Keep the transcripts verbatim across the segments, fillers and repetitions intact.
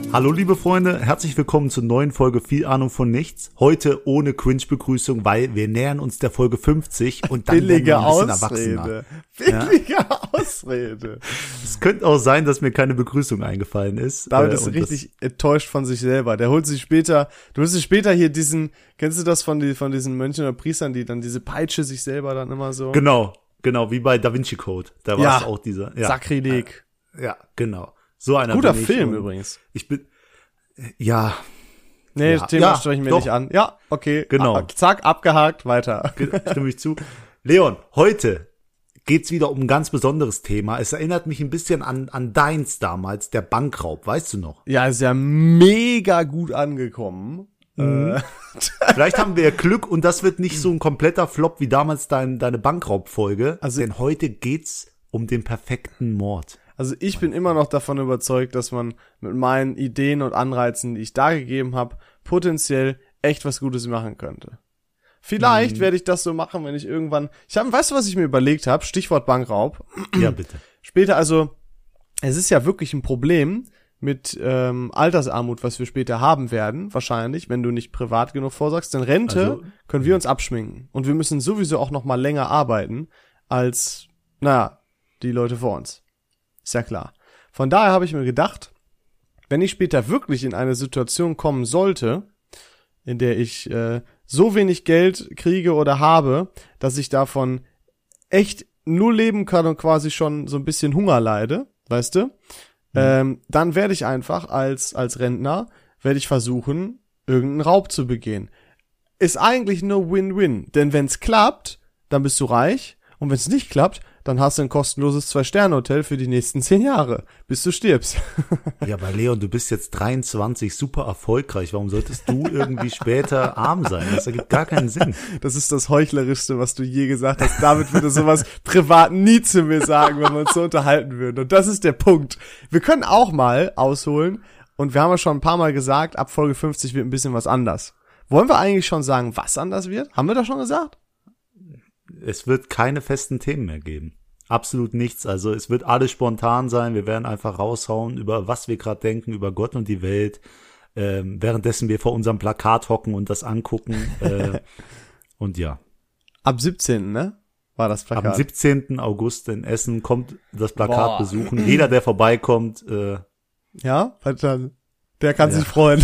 Hallo liebe Freunde, herzlich willkommen zur neuen Folge Viel Ahnung von Nichts. Heute ohne Cringe-Begrüßung, weil wir nähern uns der Folge fünfzig und dann Billige werden wir ein bisschen Ausrede. erwachsener. Billige ja? Ausrede. Es könnte auch sein, dass mir keine Begrüßung eingefallen ist. David äh, ist richtig enttäuscht von sich selber. Der holt sich später, du holst sich später hier diesen, kennst du das von, die, von diesen Mönchen oder Priestern, die dann diese Peitsche sich selber dann immer so. Genau, genau, wie bei Da Vinci Code. Da war Ja, es auch dieser. Ja, Sakrileg. Ja, genau. So einer Guter bin ich Film und übrigens. Ich bin, ja. Nee, Ja. das Thema Ja, sprechen wir doch. nicht an. Ja, okay. Genau. Ah, zack, abgehakt, weiter. Stimme ich zu. Leon, heute geht's wieder um ein ganz besonderes Thema. Es erinnert mich ein bisschen an, an deins damals, der Bankraub, weißt du noch? Ja, ist ja mega gut angekommen. Mhm. Äh, Vielleicht haben wir ja Glück und das wird nicht so ein kompletter Flop wie damals dein, deine Bankraubfolge. Also- denn heute geht's um den perfekten Mord. Also ich bin immer noch davon überzeugt, dass man mit meinen Ideen und Anreizen, die ich da gegeben habe, potenziell echt was Gutes machen könnte. Vielleicht Mhm. werde ich das so machen, wenn ich irgendwann. Ich habe, weißt du, was ich mir überlegt habe? Stichwort Bankraub. Ja, bitte. Später, also es ist ja wirklich ein Problem mit ähm, Altersarmut, was wir später haben werden, wahrscheinlich, wenn du nicht privat genug vorsorgst. Denn Rente Also- können wir uns abschminken und wir müssen sowieso auch noch mal länger arbeiten als, naja, die Leute vor uns. Ist ja klar. Von daher habe ich mir gedacht, wenn ich später wirklich in eine Situation kommen sollte, in der ich äh, so wenig Geld kriege oder habe, dass ich davon echt nur leben kann und quasi schon so ein bisschen Hunger leide, weißt du, mhm. ähm, dann werde ich einfach als als Rentner, werde ich versuchen, irgendeinen Raub zu begehen. Ist eigentlich nur Win-Win, denn wenn es klappt, dann bist du reich und wenn es nicht klappt, dann hast du ein kostenloses Zwei-Sterne-Hotel für die nächsten zehn Jahre, bis du stirbst. Ja, aber Leon, du bist jetzt dreiundzwanzig, super erfolgreich. Warum solltest du irgendwie später arm sein? Das ergibt gar keinen Sinn. Das ist das Heuchlerischste, was du je gesagt hast. David würde sowas privat nie zu mir sagen, wenn wir uns so unterhalten würden. Und das ist der Punkt. Wir können auch mal ausholen, und wir haben ja schon ein paar Mal gesagt, ab Folge fünfzig wird ein bisschen was anders. Wollen wir eigentlich schon sagen, was anders wird? Haben wir das schon gesagt? Es wird keine festen Themen mehr geben. Absolut nichts. Also es wird alles spontan sein. Wir werden einfach raushauen, über was wir gerade denken, über Gott und die Welt. Ähm, währenddessen wir vor unserem Plakat hocken und das angucken. äh, und ja. Ab siebzehnten ne? War das Plakat. Am siebzehnten August in Essen kommt das Plakat Boah. besuchen. Jeder, der vorbeikommt, äh, Ja, dann, der kann Ja. sich freuen.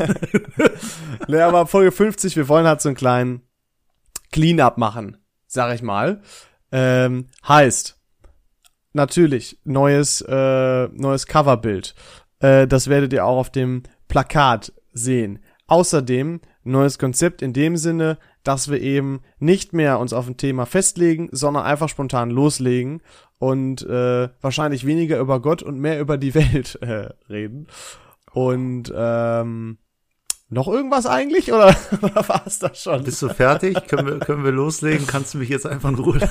Nee, aber ab Folge fünfzig, wir wollen halt so einen kleinen Clean-up machen, sag ich mal. Ähm, heißt, natürlich, neues, äh, neues Coverbild. Äh, das werdet ihr auch auf dem Plakat sehen. Außerdem neues Konzept in dem Sinne, dass wir eben nicht mehr uns auf ein Thema festlegen, sondern einfach spontan loslegen und äh, wahrscheinlich weniger über Gott und mehr über die Welt äh, reden. Und ähm, noch irgendwas eigentlich? Oder, oder war es das schon? bist du fertig? können wir, können wir loslegen? Kannst du mich jetzt einfach in Ruhe?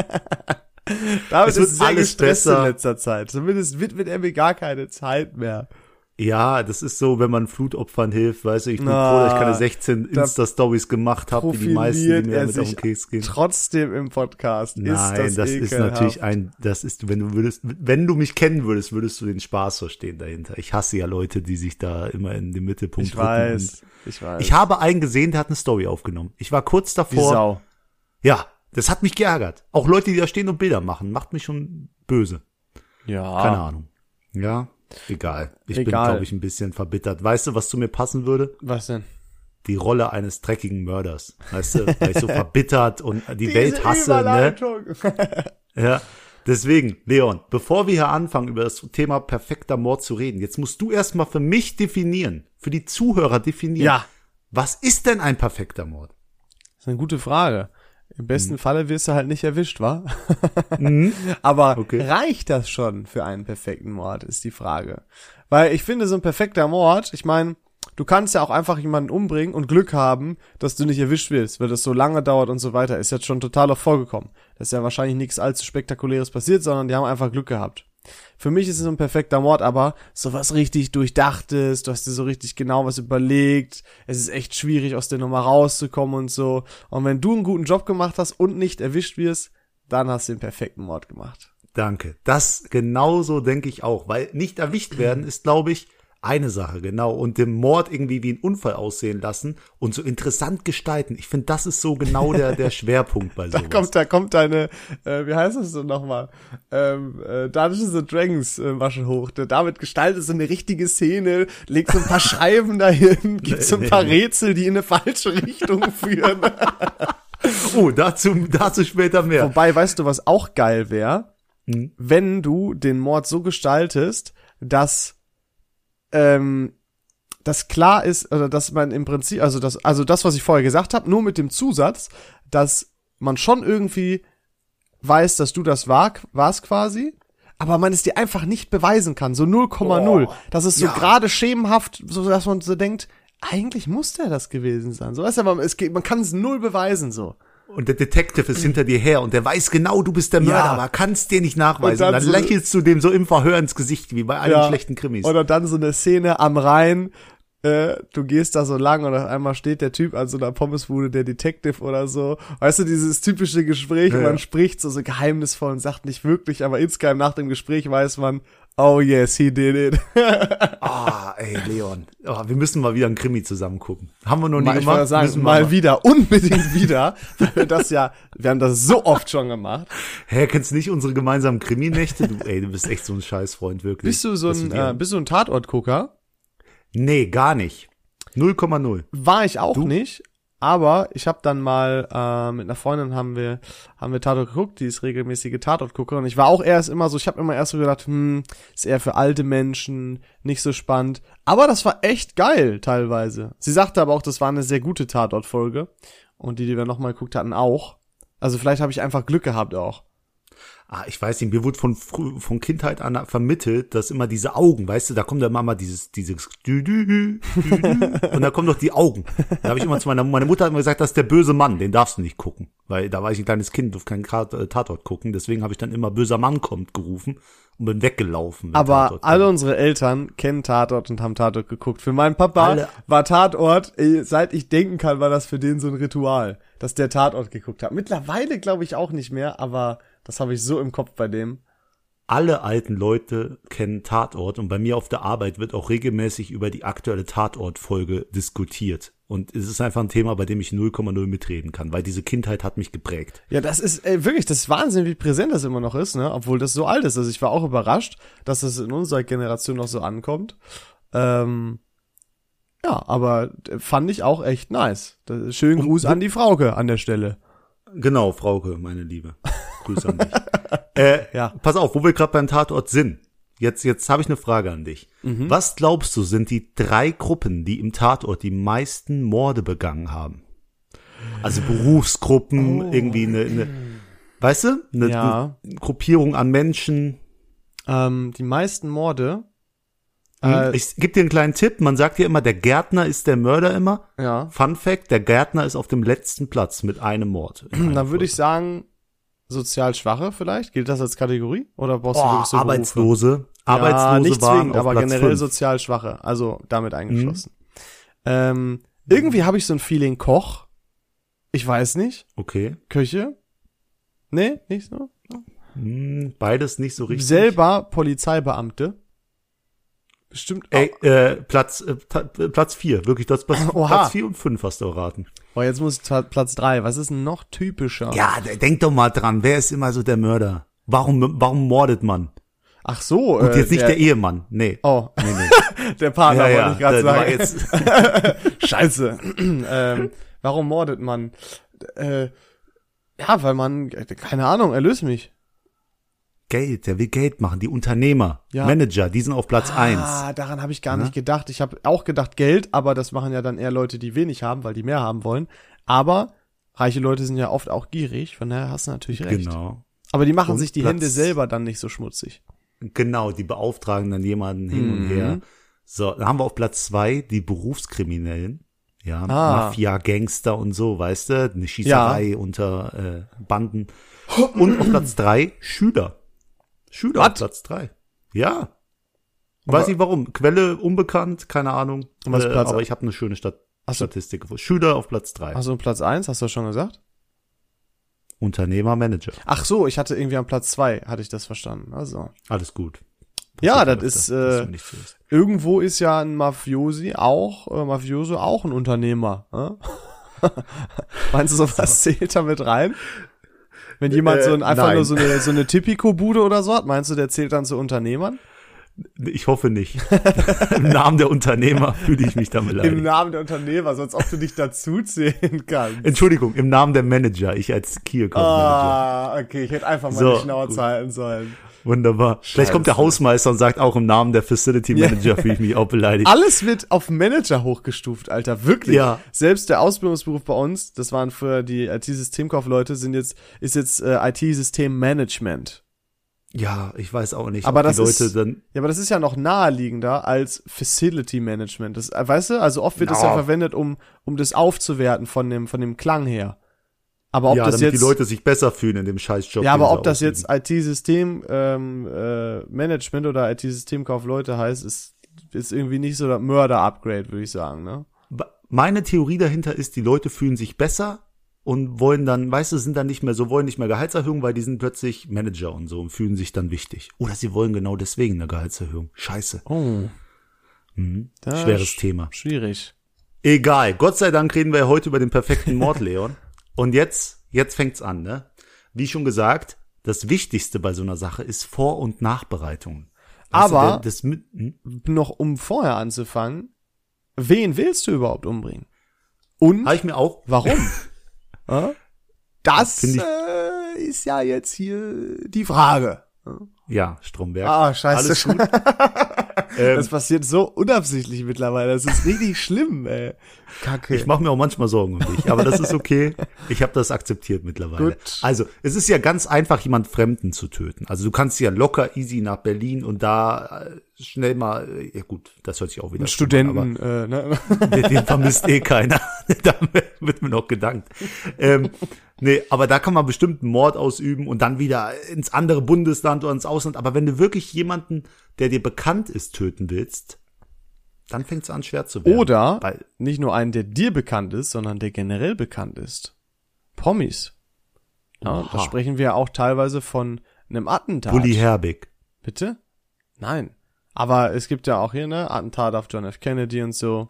David es wird ist sehr alles gestresst besser. in letzter Zeit. Zumindest widmet er mir gar keine Zeit mehr. Ja, das ist so, wenn man Flutopfern hilft, weißt du, ich bin Na, froh, dass ich keine sechzehn da Insta-Stories gemacht habe, wie die meisten, die Profiliert mir er damit auf den sich Keks gehen. trotzdem im Podcast. Nein, ist das, das ist ekelhaft. natürlich ein, das ist, wenn du würdest, wenn du mich kennen würdest, würdest du den Spaß verstehen dahinter. Ich hasse ja Leute, die sich da immer in den Mittelpunkt Ich rücken. weiß, Und ich weiß. Ich habe einen gesehen, der hat eine Story aufgenommen. Ich war kurz Wie davor. Sau. Ja, das hat mich geärgert. Auch Leute, die da stehen und Bilder machen, macht mich schon böse. Ja. Keine Ahnung. Ja, egal. Ich bin, Egal. glaube ich, ein bisschen verbittert. Weißt du, was zu mir passen würde? Was denn? Die Rolle eines dreckigen Mörders. Weißt du, weil ich so verbittert und die Diese Welt hasse, ne? Überleitung. Ja. Deswegen, Leon, bevor wir hier anfangen, über das Thema perfekter Mord zu reden, jetzt musst du erstmal für mich definieren, für die Zuhörer definieren. Ja. Was ist denn ein perfekter Mord? Das ist eine gute Frage. Im besten Mhm. Falle wirst du halt nicht erwischt, wa? Mhm. Aber Okay. reicht das schon für einen perfekten Mord, ist die Frage. Weil ich finde, so ein perfekter Mord, ich meine, du kannst ja auch einfach jemanden umbringen und Glück haben, dass du nicht erwischt wirst, weil das so lange dauert und so weiter. Ist jetzt schon total oft vorgekommen. Das ist ja wahrscheinlich nichts allzu Spektakuläres passiert, sondern die haben einfach Glück gehabt. Für mich ist es so ein perfekter Mord, aber so was richtig Durchdachtes, du hast dir so richtig genau was überlegt, es ist echt schwierig, aus der Nummer rauszukommen und so. Und wenn du einen guten Job gemacht hast und nicht erwischt wirst, dann hast du den perfekten Mord gemacht. Danke. Das genauso denke ich auch, weil nicht erwischt werden ist, glaube ich, Eine Sache, genau. Und den Mord irgendwie wie ein Unfall aussehen lassen und so interessant gestalten. Ich finde, das ist so genau der, der Schwerpunkt bei Da sowas. kommt, da kommt deine, äh, wie heißt das denn nochmal? Ähm, äh, Dungeons and Dragons äh, Masche hoch. Der David gestaltet so eine richtige Szene, legt so ein paar Schreiben dahin, gibt so ein paar Rätsel, die in eine falsche Richtung führen. Oh, dazu, dazu später mehr. Wobei, weißt du, was auch geil wäre? Hm. Wenn du den Mord so gestaltest, dass ähm, das klar ist, oder dass man im Prinzip, also das, also das, was ich vorher gesagt habe, nur mit dem Zusatz, dass man schon irgendwie weiß, dass du das war, warst quasi, aber man es dir einfach nicht beweisen kann, so null Komma null. Oh, das ist so ja. gerade schemenhaft, so dass man so denkt, eigentlich muss der das gewesen sein. So weißt du, aber es geht, man kann es null beweisen, so. Und der Detective ist hinter dir her und der weiß genau, du bist der Mörder, Ja. aber kannst dir nicht nachweisen. Und dann Und dann so- lächelst du dem so im Verhör ins Gesicht, wie bei allen Ja. schlechten Krimis. Oder dann so eine Szene am Rhein, äh, du gehst da so lang und auf einmal steht der Typ an so einer Pommesbude, der Detective oder so. Weißt du, dieses typische Gespräch, Ja, und man ja. spricht so, so geheimnisvoll und sagt nicht wirklich, aber insgeheim nach dem Gespräch weiß man, oh yes, he did it. Ah, ey, Leon. Oh, wir müssen mal wieder einen Krimi zusammen gucken. Haben wir noch nie Mal, ich gemacht. wollte sagen, Müssen wir mal wieder, unbedingt wieder, weil wir das ja, wir haben das so oft schon gemacht. Hä, kennst du nicht unsere gemeinsamen Kriminächte? Du, ey, du bist echt so ein Scheißfreund, wirklich. Bist du so Dass ein, wir- äh, bist du ein Tatortgucker? Nee, gar nicht. null Komma null. War ich auch Du? nicht, aber ich habe dann mal äh, mit einer Freundin haben wir haben wir Tatort geguckt, die ist regelmäßige Tatortgucker und ich war auch erst immer so, ich habe immer erst so gedacht, hm, ist eher für alte Menschen, nicht so spannend, aber das war echt geil teilweise. Sie sagte aber auch, das war eine sehr gute Tatortfolge und die, die wir nochmal geguckt hatten, auch. Also vielleicht habe ich einfach Glück gehabt auch. Ah, ich weiß nicht, mir wurde von früh, von Kindheit an vermittelt, dass immer diese Augen, weißt du, da kommt dann mal dieses, dieses dü, dü, dü, dü, und da kommen doch die Augen. Da habe ich immer zu meiner, meine Mutter hat immer gesagt, das ist der böse Mann, den darfst du nicht gucken. Weil da war ich ein kleines Kind, durfte keinen Tat- äh, Tatort gucken, deswegen habe ich dann immer böser Mann kommt gerufen und bin weggelaufen. wenn Aber Tatort alle kam. unsere Eltern kennen Tatort und haben Tatort geguckt. Für meinen Papa Alle. war Tatort, ey, seit ich denken kann, war das für den so ein Ritual, dass der Tatort geguckt hat. Mittlerweile glaube ich auch nicht mehr, aber das habe ich so im Kopf bei dem. Alle alten Leute kennen Tatort und bei mir auf der Arbeit wird auch regelmäßig über die aktuelle Tatort-Folge diskutiert. Und es ist einfach ein Thema, bei dem ich null Komma null mitreden kann, weil diese Kindheit hat mich geprägt. Ja, das ist ey, wirklich, das ist Wahnsinn, wie präsent das immer noch ist, ne? Obwohl das so alt ist. Also ich war auch überrascht, dass das in unserer Generation noch so ankommt. Ähm, ja, aber fand ich auch echt nice. Das, schönen Und Gruß wo- an die Frauke an der Stelle. Genau, Frauke, meine Liebe. Grüße an dich. äh, Ja. Pass auf, wo wir gerade beim Tatort sind. Jetzt, jetzt habe ich eine Frage an dich. Mhm. Was glaubst du, sind die drei Gruppen, die im Tatort die meisten Morde begangen haben? Also Berufsgruppen, Oh. irgendwie eine, eine weißt du, eine, Ja. eine Gruppierung an Menschen. Ähm, die meisten Morde. Hm? Äh, Ich gebe dir einen kleinen Tipp. Man sagt ja immer, der Gärtner ist der Mörder immer. ja. Fun Fact, der Gärtner ist auf dem letzten Platz mit einem Mord. in einer Dann würde ich Folge. sagen, sozial Schwache vielleicht. Gilt das als Kategorie? Oder brauchst du Oh, wirklich so Berufe? Arbeitslose. Ja, Arbeitslose nicht waren zwingend, auf aber Platz generell fünf. sozial Schwache. Also damit eingeschlossen. Ähm, irgendwie habe ich so ein Feeling Koch. Ich weiß nicht. Okay. Köche? Nee, nicht so. Hm, beides nicht so richtig. Selber Polizeibeamte. Bestimmt auch. Ey, äh, Platz, äh, Ta- äh, Platz vier, wirklich, das Platz, Oha. Platz vier und fünf hast du erraten. Oh, jetzt muss ich zwar Platz drei. Was ist denn noch typischer? Ja, d- denk doch mal dran, wer ist immer so der Mörder? Warum, warum mordet man? Ach so. Und äh, jetzt nicht der, Ehemann, nee. Oh, Nee, nee. der Partner Ja, wollte ja, ich gerade das sagen. war jetzt, Scheiße. ähm, warum mordet man? Äh, ja, weil man, keine Ahnung, erlöst mich. Geld, der will Geld machen, die Unternehmer, Ja. Manager, die sind auf Platz eins. Ah, daran habe ich gar Ja. nicht gedacht. Ich habe auch gedacht Geld, aber das machen ja dann eher Leute, die wenig haben, weil die mehr haben wollen. Aber reiche Leute sind ja oft auch gierig, von daher hast du natürlich recht. Genau. Aber die machen Und sich die Platz- Hände selber dann nicht so schmutzig. Genau, die beauftragen dann jemanden hin und Mhm. her. So, dann haben wir auf Platz zwei die Berufskriminellen. Ja, Ah. Mafia, Gangster und so, weißt du, eine Schießerei unter äh, Banden. Und auf Platz drei Schüler. Schüler auf What? Platz drei. Ja. Aber- Weiß nicht warum. Quelle unbekannt, keine Ahnung. Und was Äh, Platz- aber ich habe eine schöne Stat Ach so. Statistik gefunden. Schüler auf Platz drei. Also Platz eins, hast du schon gesagt? Unternehmer, Manager. Ach so, ich hatte irgendwie am Platz zwei, hatte ich das verstanden. Also. Alles gut. Ja, das öfter, ist, dass äh, du nicht fühlst. irgendwo ist ja ein Mafiosi auch, äh, Mafioso auch ein Unternehmer. Äh? Meinst du, sowas zählt da mit rein? Wenn jemand Äh, so ein, einfach nein. nur so eine, so eine Tipico-Bude oder so hat, meinst du, der zählt dann zu Unternehmern? Ich hoffe nicht. Im Namen der Unternehmer fühle ich mich da Im beleidigt. Namen der Unternehmer, sonst ob du dich dazu zählen kannst. Entschuldigung, im Namen der Manager, ich als Key Account Manager. Ah, okay, ich hätte einfach mal So. die Schnauze halten sollen. Wunderbar. Vielleicht kommt der Scheiße. Hausmeister und sagt auch im Namen der Facility Manager fühle ich mich auch beleidigt. Alles wird auf Manager hochgestuft, Alter, wirklich. Ja. Selbst der Ausbildungsberuf bei uns, das waren für die I T-Systemkaufleute, sind jetzt, ist jetzt äh, I T-Systemmanagement. Ja, ich weiß auch nicht, Aber ob das die Leute ist, dann, ja, aber das ist ja noch naheliegender als Facility Management. Das, äh, weißt du, also oft wird das ja Ja. verwendet, um, um das aufzuwerten von dem, von dem Klang her. Aber ob ja, das damit jetzt, die Leute sich besser fühlen in dem Scheißjob. ja, aber den sie ob das ausüben. jetzt I T-System ähm, äh, Management oder I T-Systemkaufleute heißt, ist, ist irgendwie nicht so das Mörder-Upgrade, würde ich sagen, ne? Meine Theorie dahinter ist, die Leute fühlen sich besser und wollen dann, weißt du, sind dann nicht mehr so, wollen nicht mehr Gehaltserhöhung, weil die sind plötzlich Manager und so und fühlen sich dann wichtig. Oder sie wollen genau deswegen eine Gehaltserhöhung. Scheiße. Oh. Mhm. Das Schweres ist Thema. Schwierig. Egal. Gott sei Dank reden wir ja heute über den perfekten Mord, Leon. Und jetzt, jetzt fängt's an, ne? Wie schon gesagt, das Wichtigste bei so einer Sache ist Vor- und Nachbereitung. Weißt du, Aber- der, das, mit- hm? Noch um vorher anzufangen, wen willst du überhaupt umbringen? Und Habe ich mir auch. warum? Ja? Das Find ich- äh, ist ja jetzt hier die Frage. Ja, Stromberg. Ah, scheiße. Alles gut. ähm, Das passiert so unabsichtlich mittlerweile. Das ist richtig schlimm, ey. Kacke. Ich mache mir auch manchmal Sorgen um dich, aber das ist okay. Ich habe das akzeptiert mittlerweile. Gut. Also, es ist ja ganz einfach, jemand Fremden zu töten. Also, du kannst ja locker easy nach Berlin und da äh, schnell mal, äh, ja gut, das hört sich auch wieder Einen Studenten, äh, ne? an, aber den, den vermisst eh keiner. Da wird mir noch gedankt. Ähm, nee, aber da kann man bestimmt einen Mord ausüben und dann wieder ins andere Bundesland oder ins Ausland. Aber wenn du wirklich jemanden, der dir bekannt ist, töten willst, dann fängt es an, schwer zu werden. Oder Weil, nicht nur einen, der dir bekannt ist, sondern der generell bekannt ist. Promis. Ja, Oha. da sprechen wir auch teilweise von einem Attentat. Bully Herbig. Bitte? Nein. Aber es gibt ja auch hier, ne, Attentat auf John F. Kennedy und so.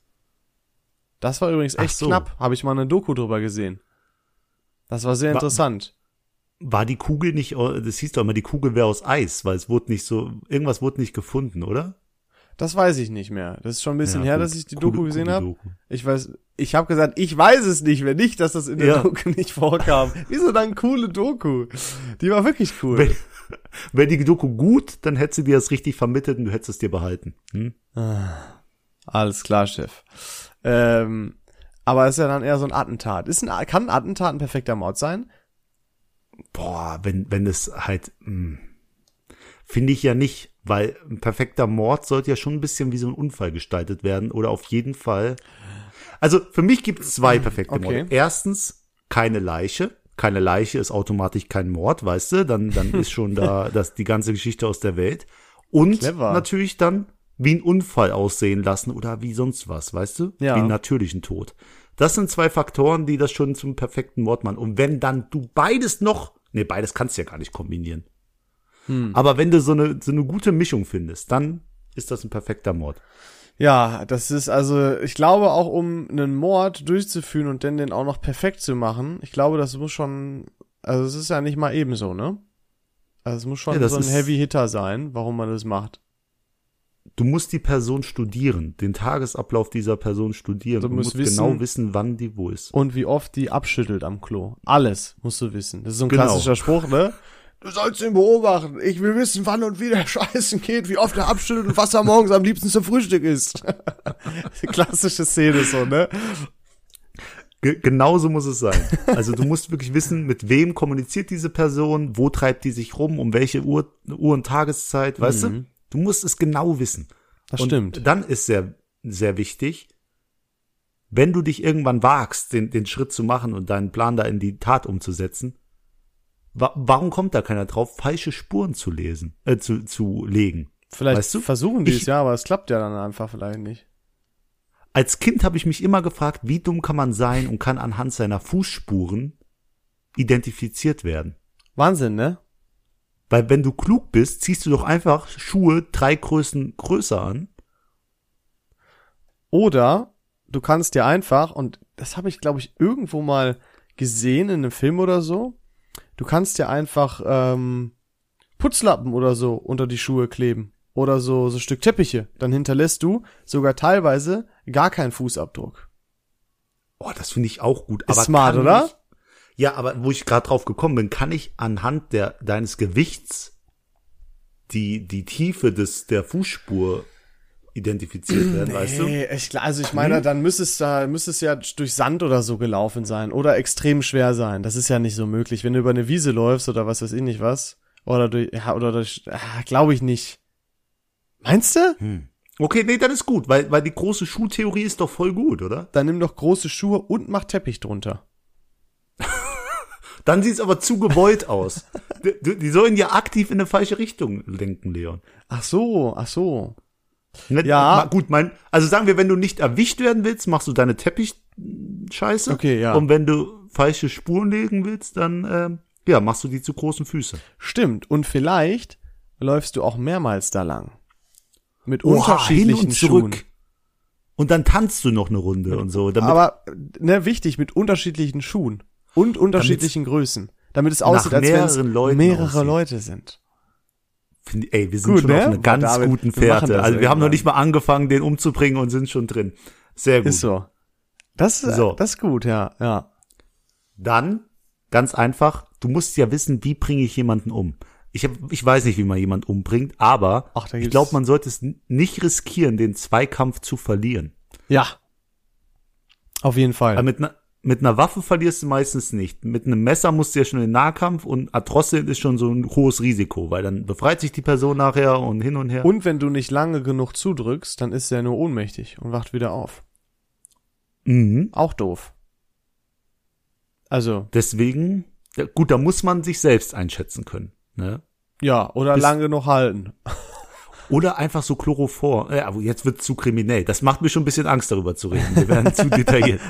Das war übrigens Ach echt so. knapp. Habe ich mal eine Doku drüber gesehen. Das war sehr Wa- interessant. War die Kugel nicht, das hieß doch immer, die Kugel wäre aus Eis, weil es wurde nicht so, irgendwas wurde nicht gefunden, oder? Das weiß ich nicht mehr. Das ist schon ein bisschen Ja, her, gut. dass ich die Coole- Doku gesehen coole habe. Doku. Ich weiß, ich habe gesagt, ich weiß es nicht, wenn nicht, dass das in der Ja. Doku nicht vorkam. Wieso dann coole Doku? Die war wirklich cool. Wenn, wäre die Doku gut, dann hätte sie dir das richtig vermittelt und du hättest es dir behalten. Hm? Alles klar, Chef. Ähm, aber es ist ja dann eher so ein Attentat. Ist ein, kann ein Attentat ein perfekter Mord sein? Boah, wenn, wenn es halt, mh, finde ich ja nicht, weil ein perfekter Mord sollte ja schon ein bisschen wie so ein Unfall gestaltet werden oder auf jeden Fall. Also für mich gibt es zwei perfekte Okay. Morde. Erstens, keine Leiche. Keine Leiche ist automatisch kein Mord, weißt du? Dann, dann ist schon da das, die ganze Geschichte aus der Welt. Und Clever. natürlich dann wie ein Unfall aussehen lassen oder wie sonst was, weißt du? Ja. Wie einen natürlichen Tod. Das sind zwei Faktoren, die das schon zum perfekten Mord machen. Und wenn dann du beides noch, nee, beides kannst du ja gar nicht kombinieren. Hm. Aber wenn du so eine, so eine gute Mischung findest, dann ist das ein perfekter Mord. Ja, das ist also, ich glaube auch, um einen Mord durchzuführen und dann den auch noch perfekt zu machen, ich glaube, das muss schon, also es ist ja nicht mal ebenso, ne? Also es muss schon Ja, das so ein ist- Heavy Hitter sein, warum man das macht. Du musst die Person studieren, den Tagesablauf dieser Person studieren. Du Du musst musst wissen- genau wissen, wann die wo ist. Und wie oft die abschüttelt am Klo. Alles musst du wissen. Das ist so ein Genau. klassischer Spruch, ne? Du sollst ihn beobachten. Ich will wissen, wann und wie der Scheißen geht, wie oft er abschüttelt und was er morgens am liebsten zum Frühstück isst. Klassische Szene so, ne? Ge genauso muss es sein. Also du musst wirklich wissen, mit wem kommuniziert diese Person, wo treibt die sich rum, um welche Uhr, Uhr und Tageszeit, weißt Mhm. du? Du musst es genau wissen. Das und stimmt. Dann ist sehr, sehr wichtig, wenn du dich irgendwann wagst, den, den Schritt zu machen und deinen Plan da in die Tat umzusetzen, wa warum kommt da keiner drauf, falsche Spuren zu lesen, äh, zu, zu legen? Vielleicht weißt du? versuchen die Ich- es ja, aber es klappt ja dann einfach vielleicht nicht. Als Kind habe ich mich immer gefragt, wie dumm kann man sein und kann anhand seiner Fußspuren identifiziert werden. Wahnsinn, ne? Weil wenn du klug bist, ziehst du doch einfach Schuhe drei Größen größer an. Oder du kannst dir einfach, und das habe ich, glaube ich, irgendwo mal gesehen in einem Film oder so, du kannst dir einfach ähm, Putzlappen oder so unter die Schuhe kleben. Oder so so Stück Teppiche. Dann hinterlässt du sogar teilweise gar keinen Fußabdruck. Oh, das finde ich auch gut. Ist aber smart, kann oder? Ich, ja, aber wo ich gerade drauf gekommen bin, kann ich anhand der deines Gewichts die die Tiefe des der Fußspur identifiziert werden, Nee, weißt du? ich, also ich meine, dann müsste es da, müsste es ja durch Sand oder so gelaufen sein oder extrem schwer sein. Das ist ja nicht so möglich. Wenn du über eine Wiese läufst oder was weiß ich nicht was, oder durch, ja, oder durch, ah, glaube ich nicht. Meinst du? Hm. Okay, nee, dann ist gut, weil weil die große Schuhtheorie ist doch voll gut, oder? Dann nimm doch große Schuhe und mach Teppich drunter. Dann sieht's aber zu gewollt aus. Die, die sollen ja aktiv in eine falsche Richtung lenken, Leon. Ach so, ach so. Ne, Ja. ma- Gut, mein, also sagen wir, wenn du nicht erwischt werden willst, machst du deine Teppich-Scheiße. Okay, ja. Und wenn du falsche Spuren legen willst, dann, ähm, ja, machst du die zu großen Füße. Stimmt. Und vielleicht läufst du auch mehrmals da lang. Mit Oha, unterschiedlichen hin und zurück. Schuhen. Und dann tanzt du noch eine Runde und so. Damit Aber, ne, wichtig, mit unterschiedlichen Schuhen. Und unterschiedlichen Größen. Damit es aussieht, als wenn es mehreren Leuten mehrere aussieht. Leute sind. Find, ey, wir sind Gut, schon ne? auf einer Boah, ganz David, guten wir machen Fährte. das Also wir haben noch irgendwann. nicht mal angefangen, den umzubringen und sind schon drin. Sehr gut. Ist so. Das, So. das ist gut, ja, ja. Dann, ganz einfach, du musst ja wissen, wie bringe ich jemanden um. Ich, hab, ich weiß nicht, wie man jemanden umbringt, aber Ach, da ich gibt's- glaube, man sollte es n- nicht riskieren, den Zweikampf zu verlieren. Ja. Auf jeden Fall. Weil mit einer mit einer Waffe verlierst du meistens nicht. Mit einem Messer musst du ja schon in den Nahkampf und Erdrosseln ist schon so ein hohes Risiko, weil dann befreit sich die Person nachher und hin und her. Und wenn du nicht lange genug zudrückst, dann ist er nur ohnmächtig und wacht wieder auf. Mhm. Auch doof. Also, Deswegen, ja, gut, da muss man sich selbst einschätzen können. Ne? ja, oder Bis- lang genug halten. Oder einfach so Chloroform. Ja, aber jetzt wird zu kriminell. Das macht mir schon ein bisschen Angst, darüber zu reden. Wir werden zu detailliert.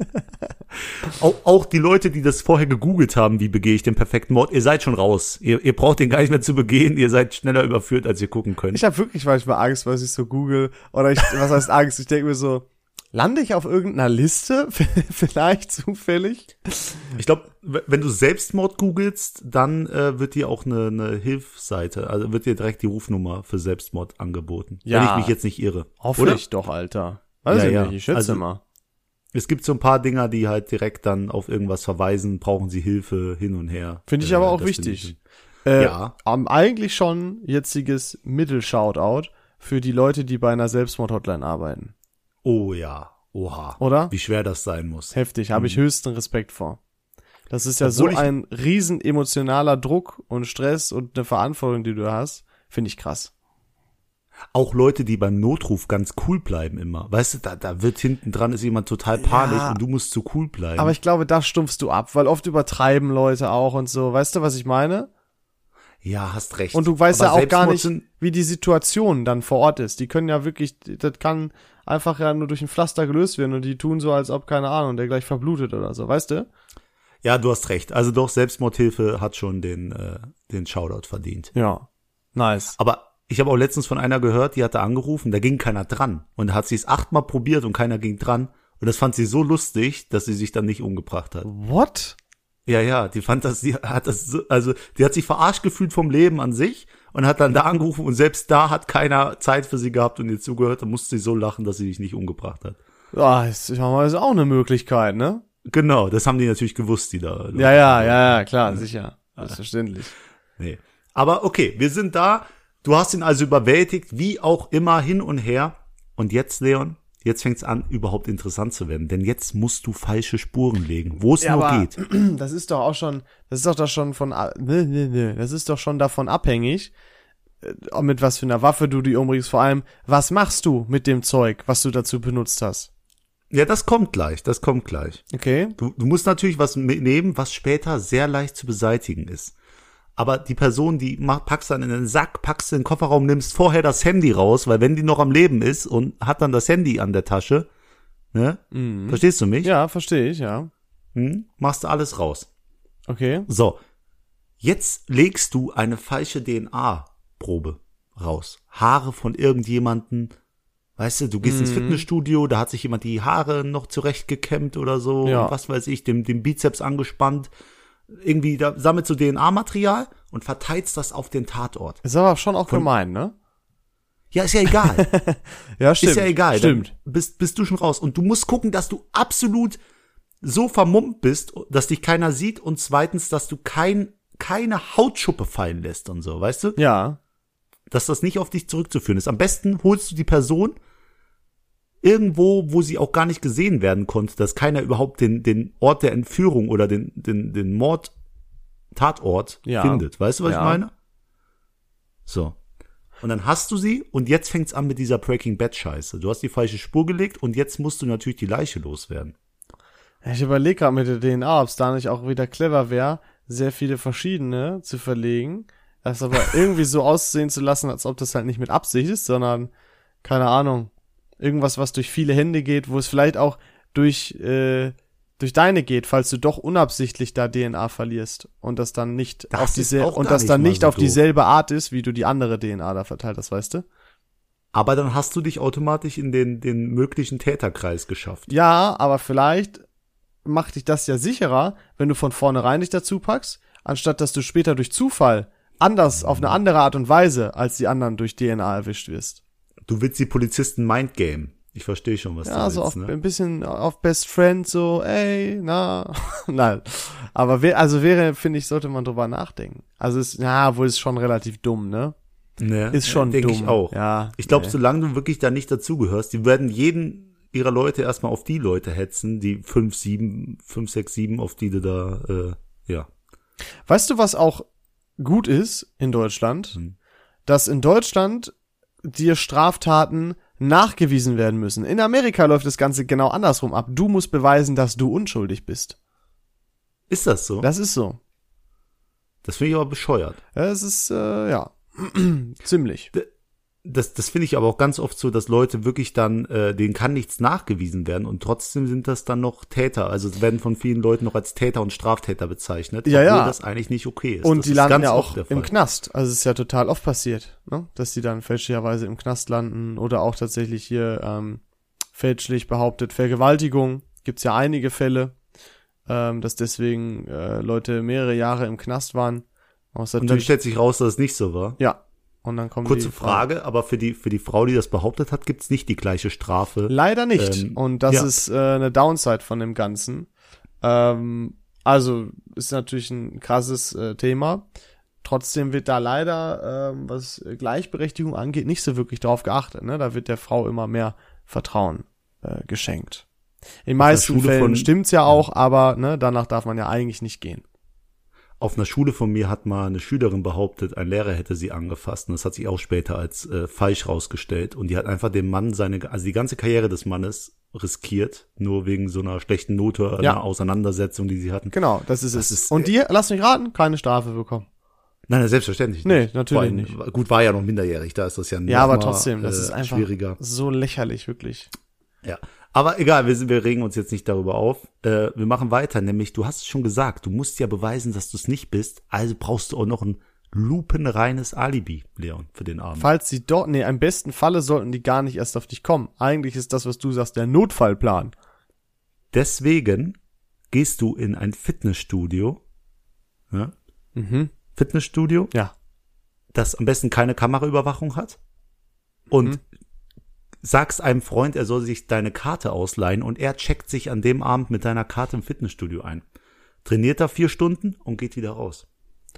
Auch, auch die Leute, die das vorher gegoogelt haben, wie begehe ich den perfekten Mord, ihr seid schon raus. Ihr, ihr braucht den gar nicht mehr zu begehen. Ihr seid schneller überführt, als ihr gucken könnt. Ich habe wirklich manchmal Angst, was ich so google. Oder ich, was heißt Angst? Ich denke mir so, lande ich auf irgendeiner Liste? Vielleicht zufällig? Ich glaube, wenn du Selbstmord googelst, dann äh, wird dir auch eine, eine Hilfsseite, also wird dir direkt die Rufnummer für Selbstmord angeboten. Ja. Wenn ich mich jetzt nicht irre. Hoffentlich doch, Alter. Weiß Ja, ich ja. nicht, ich schätze Also- mal. Es gibt so ein paar Dinger, die halt direkt dann auf irgendwas verweisen, brauchen sie Hilfe hin und her. Finde ich Äh, aber auch das finde wichtig. ich- Äh, Ja. am eigentlich schon jetziges Mittelshoutout für die Leute, die bei einer Selbstmord-Hotline arbeiten. Oh ja, oha. Oder? Wie schwer das sein muss. Heftig, habe ich höchsten Respekt vor. Das ist ja so Obwohl ich- ein riesen emotionaler Druck und Stress und eine Verantwortung, die du hast. Finde ich krass. Auch Leute, die beim Notruf ganz cool bleiben immer. Weißt du, da, da wird hinten dran ist jemand total panisch Ja. und du musst zu cool bleiben. Aber ich glaube, da stumpfst du ab, weil oft übertreiben Leute auch und so. Weißt du, was ich meine? ja, hast recht. Und du weißt Aber ja auch gar Selbstmord nicht, sind- wie die Situation dann vor Ort ist. Die können ja wirklich, das kann einfach ja nur durch ein Pflaster gelöst werden und die tun so, als ob, keine Ahnung, der gleich verblutet oder so, weißt du? Ja, du hast recht. Also doch, Selbstmordhilfe hat schon den, äh, den Shoutout verdient. Ja. Nice. Aber ich habe auch letztens von einer gehört, die hatte angerufen, da ging keiner dran. Und da hat sie es achtmal probiert und keiner ging dran. Und das fand sie so lustig, dass sie sich dann nicht umgebracht hat. What? Ja, ja, die fand das, die hat das so, also die hat sich verarscht gefühlt vom Leben an sich und hat dann da angerufen und selbst da hat keiner Zeit für sie gehabt und ihr zugehört, da musste sie so lachen, dass sie sich nicht umgebracht hat. Ja, ist, ich meine, ist auch eine Möglichkeit, ne? Genau, das haben die natürlich gewusst, die da. Ja, ja, ja, ja, klar, sicher. Selbstverständlich. Nee. Aber okay, wir sind da. Du hast ihn also überwältigt, wie auch immer, hin und her. Und jetzt, Leon, jetzt fängt's an, überhaupt interessant zu werden. Denn jetzt musst du falsche Spuren legen, wo es Ja, nur aber geht. das ist doch auch schon, das ist doch da schon von, ne, ne, ne, das ist doch schon davon abhängig, äh, mit was für einer Waffe du die umbringst. Vor allem, was machst du mit dem Zeug, was du dazu benutzt hast? Ja, das kommt gleich, das kommt gleich. Okay? Du, du musst natürlich was mitnehmen, was später sehr leicht zu beseitigen ist. Aber die Person, die mach, packst dann in den Sack, packst in den Kofferraum, nimmst vorher das Handy raus, weil wenn die noch am Leben ist und hat dann das Handy an der Tasche, ne? Mhm. Verstehst du mich? Ja, verstehe ich, ja. Hm? Machst du alles raus. Okay. So. Jetzt legst du eine falsche D N A-Probe raus. Haare von irgendjemanden, weißt du, du gehst mhm. ins Fitnessstudio, da hat sich jemand die Haare noch zurechtgekämmt oder so, ja. und was weiß ich, dem, dem Bizeps angespannt. Irgendwie, da sammelst du D N A-Material und verteilst das auf den Tatort. Ist aber schon auch von, gemein, ne? Ja, ist ja egal. Ja, stimmt. Ist ja egal. Stimmt. Dann bist, bist du schon raus. Und du musst gucken, dass du absolut so vermummt bist, dass dich keiner sieht, und zweitens, dass du kein, keine Hautschuppe fallen lässt und so, weißt du? Ja. Dass das nicht auf dich zurückzuführen ist. Am besten holst du die Person irgendwo, wo sie auch gar nicht gesehen werden konnte, dass keiner überhaupt den, den Ort der Entführung oder den, den, den Mord-Tatort ja. findet. Weißt du, was ja. ich meine? So. Und dann hast du sie und jetzt fängt's an mit dieser Breaking Bad Scheiße. Du hast die falsche Spur gelegt und jetzt musst du natürlich die Leiche loswerden. Ich überlege gerade mit der D N A, ob es da nicht auch wieder clever wäre, sehr viele verschiedene zu verlegen, das aber irgendwie so aussehen zu lassen, als ob das halt nicht mit Absicht ist, sondern, keine Ahnung, irgendwas, was durch viele Hände geht, wo es vielleicht auch durch äh, durch deine geht, falls du doch unabsichtlich da D N A verlierst und das dann nicht das auf dieselbe und das dann nicht so auf doof. dieselbe Art ist, wie du die andere D N A da verteilt hast, weißt du? Aber dann hast du dich automatisch in den den möglichen Täterkreis geschafft. Ja, aber vielleicht macht dich das ja sicherer, wenn du von vornherein dich dazu packst, anstatt dass du später durch Zufall anders, auf eine andere Art und Weise als die anderen durch D N A erwischt wirst. Du willst die Polizisten mindgame. Ich verstehe schon, was ja, du willst. Ja, so auf, ne? ein bisschen auf Best Friend, so, ey, na, nein. Aber wär, also wäre, finde ich, sollte man drüber nachdenken. Also es, ja, wohl ist schon relativ dumm, ne? Ne, ist schon denk dumm. Ich auch. Ja, ich glaube, nee. solange du wirklich da nicht dazugehörst, die werden jeden ihrer Leute erstmal auf die Leute hetzen, die fünf, sieben, fünf, sechs, sieben, auf die du da, äh, ja. Weißt du, was auch gut ist in Deutschland? Hm. Dass in Deutschland dir Straftaten nachgewiesen werden müssen. In Amerika läuft das Ganze genau andersrum ab. Du musst beweisen, dass du unschuldig bist. Ist das so? Das ist so. Das finde ich aber bescheuert. Das ist, äh, ja, ziemlich. Das, das finde ich aber auch ganz oft so, dass Leute wirklich dann, äh, denen kann nichts nachgewiesen werden und trotzdem sind das dann noch Täter. Also es werden von vielen Leuten noch als Täter und Straftäter bezeichnet, ja, obwohl ja. das eigentlich nicht okay ist. Und das die ist landen ganz ja oft auch im Knast. Also es ist ja total oft passiert, ne? Dass die dann fälschlicherweise im Knast landen oder auch tatsächlich hier ähm, fälschlich behauptet Vergewaltigung. Gibt's ja einige Fälle, ähm, dass deswegen äh, Leute mehrere Jahre im Knast waren. Und dann stellt sich raus, dass es nicht so war. Ja. Und dann kommen Kurze die Frage, aber für die für die Frau, die das behauptet hat, gibt's nicht die gleiche Strafe. Leider nicht. Ähm, und das ja. ist äh, eine Downside von dem Ganzen. Ähm, also ist natürlich ein krasses äh, Thema. Trotzdem wird da leider, ähm, was Gleichberechtigung angeht, nicht so wirklich drauf geachtet. Ne? Da wird der Frau immer mehr Vertrauen äh, geschenkt. In meisten Fällen von, stimmt's ja auch, aber ne, danach darf man ja eigentlich nicht gehen. Auf einer Schule von mir hat mal eine Schülerin behauptet, ein Lehrer hätte sie angefasst. Und das hat sich auch später als äh, falsch rausgestellt. Und die hat einfach dem Mann seine, also die ganze Karriere des Mannes riskiert, nur wegen so einer schlechten Note, einer ja. Auseinandersetzung, die sie hatten. Genau, das ist das es. Ist, Und die, lass mich raten, keine Strafe bekommen. Nein, selbstverständlich nicht. Nee, natürlich allem, nicht. Gut, war ja noch minderjährig, da ist das ja noch Ja, aber mal, trotzdem, das äh, ist einfach schwieriger. So lächerlich, wirklich. Ja. Aber egal, wir, sind, wir regen uns jetzt nicht darüber auf. Äh, wir machen weiter, nämlich, du hast es schon gesagt, du musst ja beweisen, dass du es nicht bist, also brauchst du auch noch ein lupenreines Alibi, Leon, für den Abend. Falls sie dort, nee, im besten Falle sollten die gar nicht erst auf dich kommen. Eigentlich ist das, was du sagst, der Notfallplan. Deswegen gehst du in ein Fitnessstudio, ja? Mhm. Fitnessstudio, ja. das am besten keine Kameraüberwachung hat und mhm. sagst einem Freund, er soll sich deine Karte ausleihen und er checkt sich an dem Abend mit deiner Karte im Fitnessstudio ein. Trainiert da vier Stunden und geht wieder raus.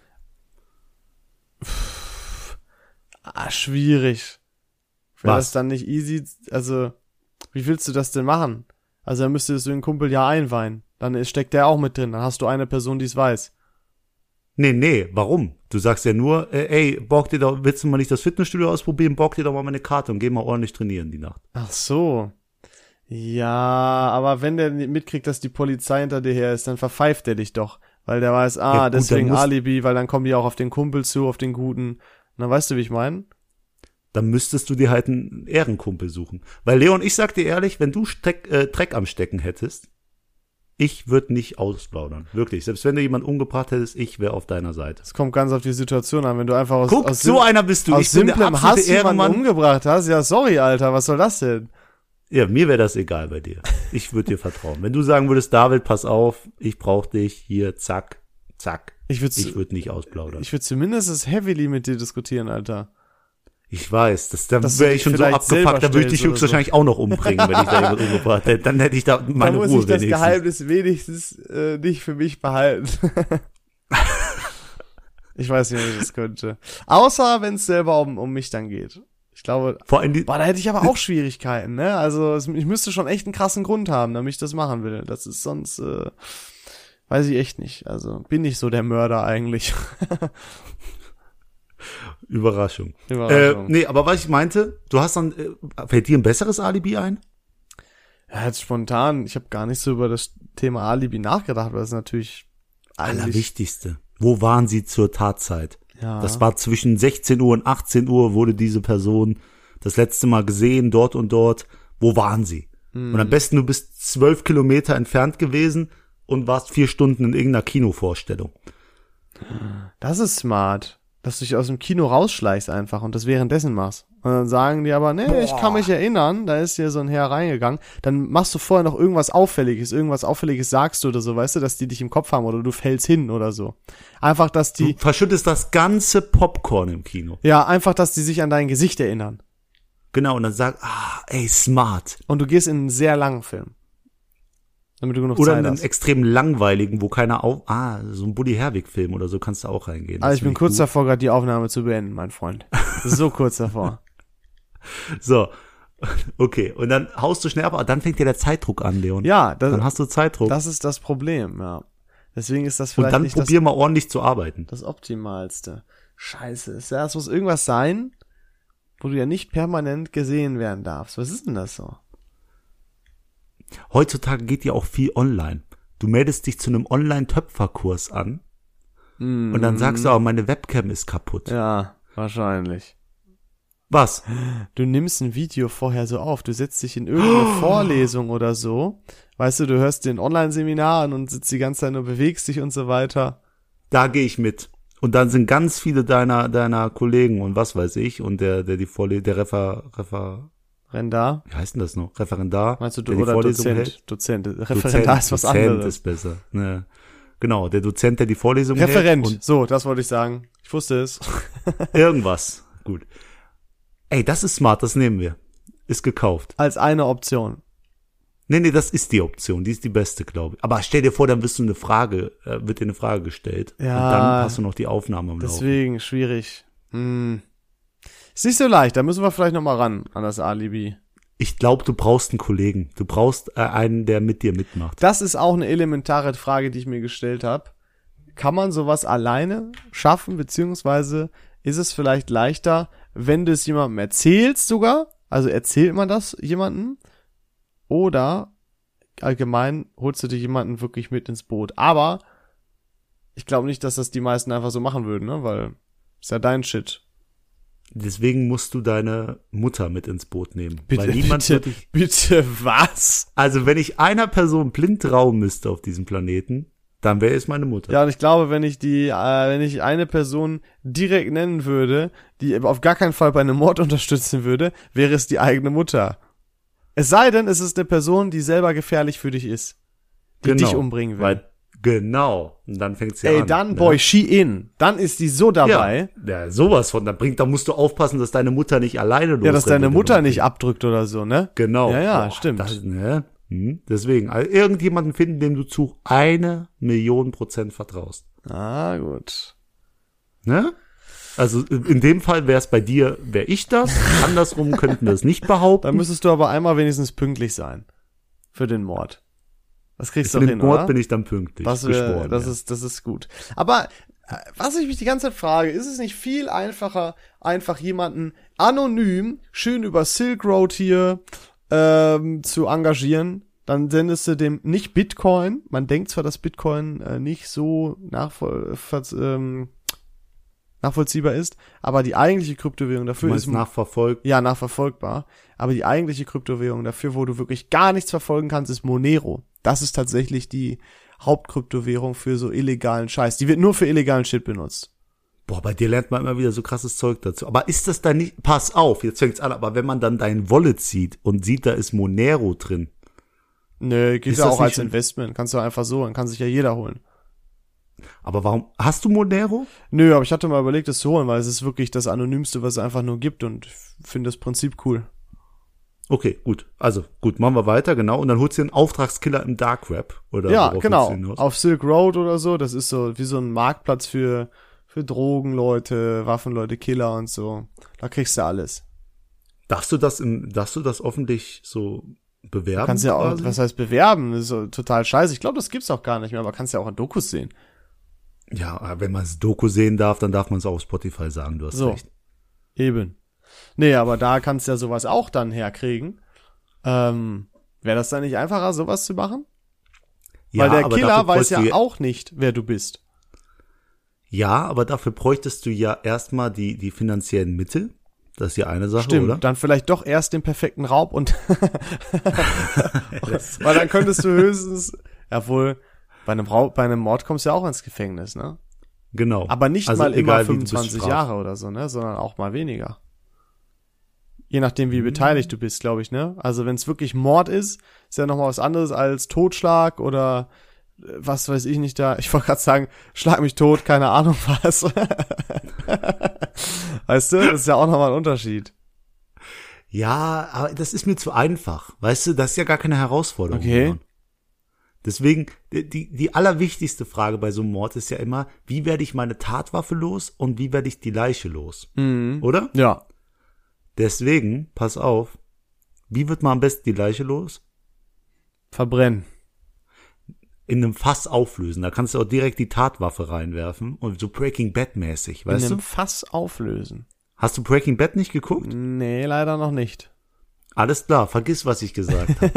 Ah, schwierig. Wäre Was? das dann nicht easy? Also, wie willst du das denn machen? Also, dann müsstest du den Kumpel ja einweihen. Dann steckt der auch mit drin. Dann hast du eine Person, die es weiß. Nee, nee, warum? Du sagst ja nur, äh, ey, borg dir doch, willst du mal nicht das Fitnessstudio ausprobieren? Borg dir doch mal meine Karte und geh mal ordentlich trainieren die Nacht. Ach so. Ja, aber wenn der mitkriegt, dass die Polizei hinter dir her ist, dann verpfeift der dich doch. Weil der weiß, ah, ja, gut, deswegen musst, Alibi, weil dann kommen die auch auf den Kumpel zu, auf den Guten. Na, weißt du, wie ich meine? Dann müsstest du dir halt einen Ehrenkumpel suchen. Weil Leon, ich sag dir ehrlich, wenn du Steck, äh, Dreck am Stecken hättest, Ich würde nicht ausplaudern. Wirklich. Selbst wenn du jemanden umgebracht hättest, ich wäre auf deiner Seite. Es kommt ganz auf die Situation an, wenn du einfach aus, Guck, aus, so einer bist du. aus Ich bin der simplem absolute Hass jemanden Ehrenmann. umgebracht hast. Ja, sorry, Alter, was soll das denn? Ja, mir wäre das egal bei dir. Ich würde dir vertrauen. Wenn du sagen würdest, David, pass auf, ich brauche dich, hier, zack, zack. Ich würde Ich würde nicht ausplaudern. ich würd zumindest heavily mit dir diskutieren, Alter. Ich weiß, das, da Dass du wäre dich ich schon so vielleicht selber abgefuckt, da würde ich dich stellst oder höchstwahrscheinlich so. auch noch umbringen, wenn ich da jemanden umgebracht hätte. Dann hätte ich da meine da muss Ruhe ich das wenigstens. Geheimnis wenigstens äh, nicht für mich behalten. Ich weiß nicht, ob ich das könnte. Außer, wenn es selber um, um mich dann geht. Ich glaube, Vor allem die, boah, da hätte ich aber auch Schwierigkeiten, ne? Also es, ich müsste schon echt einen krassen Grund haben, damit ich das machen will. Das ist sonst, äh, weiß ich echt nicht. Also bin ich so der Mörder eigentlich. Überraschung. Überraschung. Äh, nee, aber was ich meinte, du hast dann, äh, fällt dir ein besseres Alibi ein? Ja, jetzt spontan, ich habe gar nicht so über das Thema Alibi nachgedacht, weil es natürlich eigentlich, Allerwichtigste. Wo waren sie zur Tatzeit? ja, Das war zwischen sechzehn Uhr und achtzehn Uhr wurde diese Person das letzte Mal gesehen, dort und dort. Wo waren sie? hm. Und am besten, du bist zwölf Kilometer entfernt gewesen und warst vier Stunden in irgendeiner Kinovorstellung. Das ist smart, dass du dich aus dem Kino rausschleichst einfach und das währenddessen machst. Und dann sagen die aber, nee, ich kann mich erinnern, da ist hier so ein Herr reingegangen. Dann machst du vorher noch irgendwas Auffälliges, irgendwas Auffälliges sagst du oder so, weißt du, dass die dich im Kopf haben oder du fällst hin oder so. Einfach, dass die, Du verschüttest das ganze Popcorn im Kino. ja, einfach, dass die sich an dein Gesicht erinnern. Genau, und dann sag, ah, ey, smart. Und du gehst in einen sehr langen Film. Damit du genug Oder Zeit einen hast. extrem langweiligen, wo keiner auf, ah, so ein Buddy Herwig-Film oder so kannst du auch reingehen. Also Das ich bin find kurz gut. davor, gerade die Aufnahme zu beenden, mein Freund. So kurz davor. So, okay, und dann haust du schnell ab, aber dann fängt dir der Zeitdruck an, Leon. Ja, das, Dann hast du Zeitdruck. das ist das Problem, ja. Deswegen ist das und vielleicht dann nicht das, probier mal ordentlich zu arbeiten. das Optimalste. Scheiße, ist ja, es muss irgendwas sein, wo du ja nicht permanent gesehen werden darfst. Was ist denn das so? Heutzutage geht ja auch viel online. Du meldest dich zu einem Online-Töpferkurs an Mm, und dann sagst du, oh, meine Webcam ist kaputt. ja, wahrscheinlich. Was? Du nimmst ein Video vorher so auf, du setzt dich in irgendeine Vorlesung oder so, weißt du, du hörst den Online-Seminar an und sitzt die ganze Zeit nur, bewegst dich und so weiter. Da gehe ich mit. Und dann sind ganz viele deiner deiner Kollegen und was weiß ich und der der die Vorle der Refer Refer Renn da. wie heißt denn das noch? Referendar. Meinst du, der du die oder Vorlesung Dozent? hält. Dozent. Dozent, Referendar ist was Dozent anderes. ist besser. Ne. Genau, der Dozent, der die Vorlesung Referent. hält. So, das wollte ich sagen. Ich wusste es. Und irgendwas. Gut. Ey, das ist smart, das nehmen wir. Ist gekauft. Als eine Option. Nee, nee, das ist die Option. Die ist die beste, glaube ich. Aber stell dir vor, dann wirst du eine Frage, äh, wird dir eine Frage gestellt. Ja. Und dann hast du noch die Aufnahme am Laufen. Deswegen, schwierig. Hm. Ist nicht so leicht. Da müssen wir vielleicht noch mal ran an das Alibi. Ich glaube, du brauchst einen Kollegen. Du brauchst äh, einen, der mit dir mitmacht. Das ist auch eine elementare Frage, die ich mir gestellt habe. Kann man sowas alleine schaffen, beziehungsweise ist es vielleicht leichter, wenn du es jemandem erzählst sogar? Also erzählt man das jemandem? Oder allgemein holst du dir jemanden wirklich mit ins Boot? Aber ich glaube nicht, dass das die meisten einfach so machen würden, ne? Weil ist ja dein Shit. Deswegen musst du deine Mutter mit ins Boot nehmen. Bitte, weil niemand bitte, wird dich, bitte was? also wenn ich einer Person blind trauen müsste auf diesem Planeten, dann wäre es meine Mutter. Ja, und ich glaube, wenn ich die, äh, wenn ich eine Person direkt nennen würde, die auf gar keinen Fall bei einem Mord unterstützen würde, wäre es die eigene Mutter. Es sei denn, es ist eine Person, die selber gefährlich für dich ist. Die dich umbringen will. Weil, genau. Und dann fängt's ja Ey, an. dann, ne? boy, she in. Dann ist die so dabei. Ja, ja, sowas von. Da bringt, da musst du aufpassen, dass deine Mutter nicht alleine losrennt. Ja, dass deine wenn du Mutter noch- nicht abdrückt oder so, ne? Genau. Ja, ja, Boah, stimmt. Das, ne? hm, deswegen, also irgendjemanden finden, dem du zu eine Million Prozent vertraust. Ah, gut. Ne? Also in dem Fall wäre es bei dir, wäre ich das. Andersrum könnten wir es nicht behaupten. Dann müsstest du aber einmal wenigstens pünktlich sein. Für den Mord. Das kriegst du Für doch den hin, Mord oder? bin ich dann pünktlich. Das, wär, geschworen, das ja. ist, das ist gut. Aber äh, was ich mich die ganze Zeit frage, ist es nicht viel einfacher, einfach jemanden anonym schön über Silk Road hier ähm, zu engagieren? Dann sendest du dem nicht Bitcoin. Man denkt zwar, dass Bitcoin äh, nicht so nachvoll, ver- ähm, nachvollziehbar ist, aber die eigentliche Kryptowährung Du dafür meinst ist nachverfolgt. ja nachverfolgbar. Aber die eigentliche Kryptowährung dafür, wo du wirklich gar nichts verfolgen kannst, ist Monero. Das ist tatsächlich die Hauptkryptowährung für so illegalen Scheiß. Die wird nur für illegalen Shit benutzt. Boah, bei dir lernt man immer wieder so krasses Zeug dazu. Aber ist das dann nicht, pass auf, jetzt fängt's an, aber wenn man dann dein Wallet sieht und sieht, da ist Monero drin. Nö, geht Ist ja das auch nicht als schon- Investment. Kannst du einfach so, dann kann sich ja jeder holen. Aber warum, hast du Monero? Nö, aber ich hatte mal überlegt, das zu holen, weil es ist wirklich das Anonymste, was es einfach nur gibt und ich finde das Prinzip cool. Okay, gut. Also, gut, machen wir weiter, genau. Und dann holst du dir einen Auftragskiller im Dark Web. Oder Ja, worauf genau. willst du hinaus? Auf Silk Road oder so, das ist so wie so ein Marktplatz für für Drogenleute, Waffenleute, Killer und so. Da kriegst du alles. Darfst du das im, darfst du das öffentlich so bewerben? Kannst ja auch, quasi? was heißt bewerben? Das ist so total scheiße. Ich glaube, das gibt's auch gar nicht mehr, aber kannst ja auch in Dokus sehen. Ja, wenn man es Doku sehen darf, dann darf man es auch auf Spotify sagen, du hast So. recht. Eben. Nee, aber da kannst du ja sowas auch dann herkriegen. Ähm, wäre das dann nicht einfacher, sowas zu machen? Ja, Weil der aber Killer dafür weiß bräuchtest ja du auch nicht, wer du bist. Ja, aber dafür bräuchtest du ja erstmal die, die finanziellen Mittel. Das ist ja eine Sache, Stimmt, oder? dann vielleicht doch erst den perfekten Raub und weil dann könntest du höchstens, jawohl, bei einem Raub, bei einem Mord kommst du ja auch ins Gefängnis, ne? Genau. Aber nicht Also mal immer egal, wie du fünfundzwanzig bestrafst. Jahre oder so, ne, sondern auch mal weniger. Je nachdem, wie beteiligt du bist, glaube ich, ne? Also wenn es wirklich Mord ist, ist ja noch mal was anderes als Totschlag oder äh, was weiß ich nicht da. Ich wollte gerade sagen, schlag mich tot, keine Ahnung was. Weißt du, das ist ja auch noch mal ein Unterschied. Ja, aber das ist mir zu einfach. Weißt du, das ist ja gar keine Herausforderung. Okay. Mann. Deswegen, die, die allerwichtigste Frage bei so einem Mord ist ja immer, wie werde ich meine Tatwaffe los und wie werde ich die Leiche los? Mhm. Oder? Ja. Deswegen, pass auf, wie wird man am besten die Leiche los? Verbrennen. In einem Fass auflösen. Da kannst du auch direkt die Tatwaffe reinwerfen und so Breaking Bad mäßig, weißt In du? einem Fass auflösen. Hast du Breaking Bad nicht geguckt? Nee, leider noch nicht. Alles klar, vergiss, was ich gesagt habe.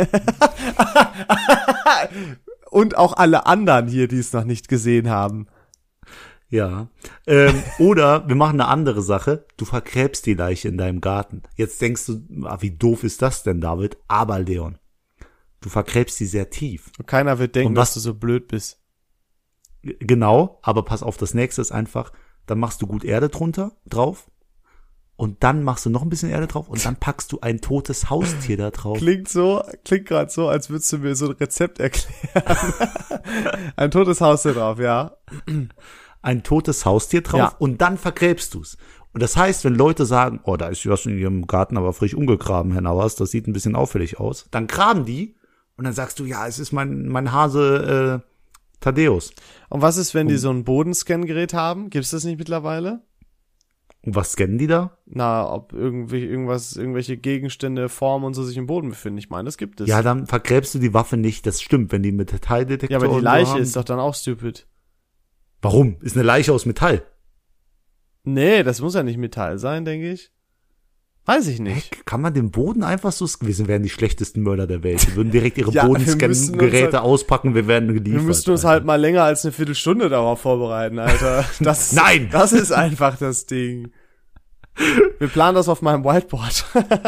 Und auch alle anderen hier, die es noch nicht gesehen haben. Ja. Ähm, oder wir machen eine andere Sache. Du vergräbst die Leiche in deinem Garten. Jetzt denkst du, ah, wie doof ist das denn, David? Aber Leon, du vergräbst sie sehr tief. Und keiner wird denken, Und was- dass du so blöd bist. G- Genau, aber pass auf, das nächste ist einfach, dann machst du gut Erde drunter, drauf. Und dann machst du noch ein bisschen Erde drauf und dann packst du ein totes Haustier da drauf. Klingt so, klingt gerade so, als würdest du mir so ein Rezept erklären. Ein totes Haus da drauf, ja. Ein totes Haustier drauf Ja. und dann vergräbst du's. Und das heißt, wenn Leute sagen, oh, da ist was in ihrem Garten aber frisch umgegraben, Herr Nauers, das sieht ein bisschen auffällig aus, dann graben die und dann sagst du, ja, es ist mein, mein Hase äh, Thaddeus. Und was ist, wenn die so ein Bodenscan-Gerät haben? Gibt's das nicht mittlerweile? Und was scannen die da? Na, ob irgendwie irgendwas, irgendwelche Gegenstände, Formen und so sich im Boden befinden. Ich meine, das gibt es. Ja, dann vergräbst du die Waffe nicht, das stimmt, wenn die Metalldetektor Ja, aber die und so Leiche haben. ist doch dann auch stupid. Warum? Ist eine Leiche aus Metall. Nee, das muss ja nicht Metall sein, denke ich. Weiß ich nicht. Kann man den Boden einfach so, wir wären die schlechtesten Mörder der Welt. Die würden direkt ihre Ja, wir müssen uns Bodenscan-Geräte halt- auspacken, wir werden geliefert. Wir müssten uns Alter. halt mal länger als eine Viertelstunde darauf vorbereiten, Alter. Das, Nein! Das ist einfach das Ding. Wir planen das auf meinem Whiteboard.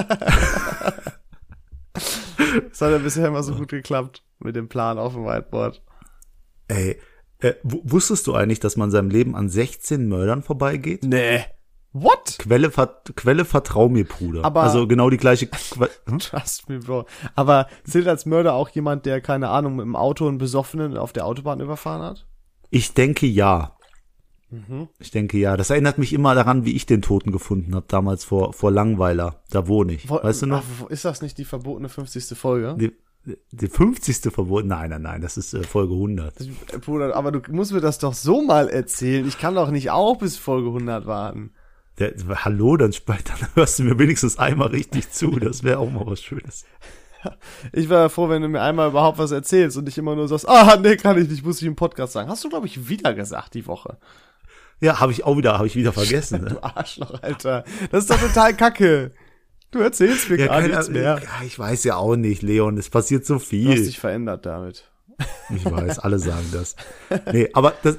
Das hat ja bisher immer so gut geklappt mit dem Plan auf dem Whiteboard. Ey, äh, w- wusstest du eigentlich, dass man seinem Leben an sechzehn Mördern vorbeigeht? Nee. What? Quelle, vert- Quelle vertrau mir, Bruder. Aber- also genau die gleiche. Qu- hm? Trust me, Bro. Aber zählt als Mörder auch jemand, der, keine Ahnung, mit dem Auto einen Besoffenen auf der Autobahn überfahren hat? Ich denke ja. Mhm. Ich denke ja. Das erinnert mich immer daran, wie ich den Toten gefunden habe, damals vor, vor Langweiler. Da wohne ich. Wo- Weißt du noch? Ach, ist das nicht die verbotene fünfzigste Folge? Die, die fünfzigste Verbot. Nein, nein, nein, das ist äh, Folge hundert. Das- Bruder, aber du musst mir das doch so mal erzählen. Ich kann doch nicht auch bis Folge hundert warten. Der, hallo, dann, sp- dann hörst du mir wenigstens einmal richtig zu. Das wäre auch mal was Schönes. Ich wäre froh, wenn du mir einmal überhaupt was erzählst und nicht immer nur sagst, ah, nee, kann ich nicht, muss ich im Podcast sagen. Hast du, glaube ich, wieder gesagt die Woche. Ja, habe ich auch wieder, habe ich wieder vergessen. Ne? Du Arschloch, Alter. Das ist doch total kacke. Du erzählst mir Ja, gar keine- nichts mehr. ja, ich weiß ja auch nicht, Leon. Es passiert so Du hast viel. dich verändert damit. Ich weiß, alle sagen das. Nee, aber das,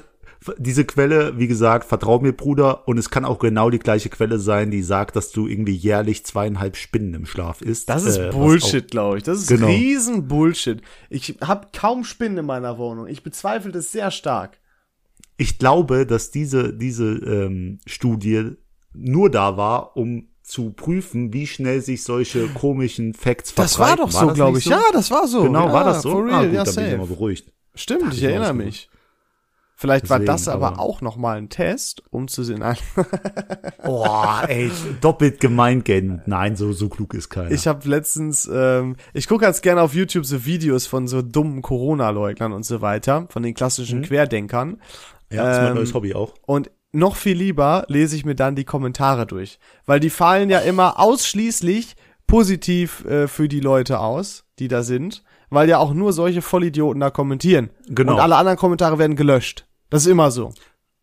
diese Quelle, wie gesagt, vertrau mir, Bruder, und es kann auch genau die gleiche Quelle sein, die sagt, dass du irgendwie jährlich zweieinhalb Spinnen im Schlaf isst. Das ist äh, Bullshit, glaube ich. Das ist genau. riesen Bullshit. Ich habe kaum Spinnen in meiner Wohnung. Ich bezweifle das sehr stark. Ich glaube, dass diese, diese ähm, Studie nur da war, um zu prüfen, wie schnell sich solche komischen Facts verbreiten. Das war doch so, glaube ich. So? Ja, das war so. Genau, ja, war das so? For real, Ah, gut, ja, dann bin ich safe. mal beruhigt. Stimmt, ich erinnere mich. Vielleicht Deswegen, war das aber, aber auch noch mal ein Test, um zu sehen. Boah, ey, doppelt gemeint, Gen. Nein, so so klug ist keiner. Ich habe letztens, ähm, ich gucke ganz gerne auf YouTube so Videos von so dummen Corona-Leugnern und so weiter, von den klassischen mhm. Querdenkern. Ja, das ist mein ähm, neues Hobby auch. Und noch viel lieber lese ich mir dann die Kommentare durch, weil die fallen ja immer ausschließlich positiv äh, für die Leute aus, die da sind, weil ja auch nur solche Vollidioten da kommentieren. Genau. Und alle anderen Kommentare werden gelöscht. Das ist immer so.